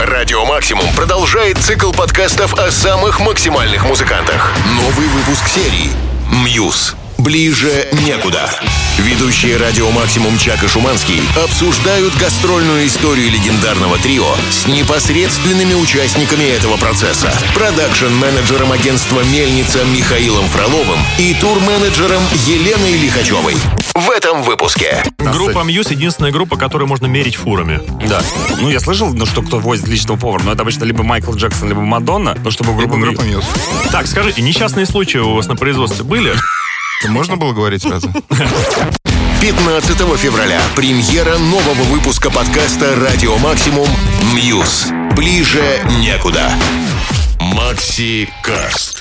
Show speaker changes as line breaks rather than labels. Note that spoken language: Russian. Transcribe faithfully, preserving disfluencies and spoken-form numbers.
Радио Максимум продолжает цикл подкастов о самых максимальных музыкантах. Новый выпуск серии «Мьюз. Ближе некуда». Ведущие Радио Максимум Чак и Шуманский обсуждают гастрольную историю легендарного трио с непосредственными участниками этого процесса. Продакшн-менеджером агентства «Мельница» Михаилом Фроловым и тур-менеджером Еленой Лихачевой. В этом выпуске.
Группа Muse — единственная группа, которую можно мерить фурами.
Да. Ну, я слышал, ну, что кто возит личного повара, но это обычно либо Майкл Джексон, либо Мадонна, но чтобы группа Muse.
Так, скажите, несчастные случаи у вас на производстве были?
Можно было говорить сразу?
пятнадцатого февраля премьера нового выпуска подкаста «Радио Максимум» «Мьюз. Ближе некуда». Макси Каст.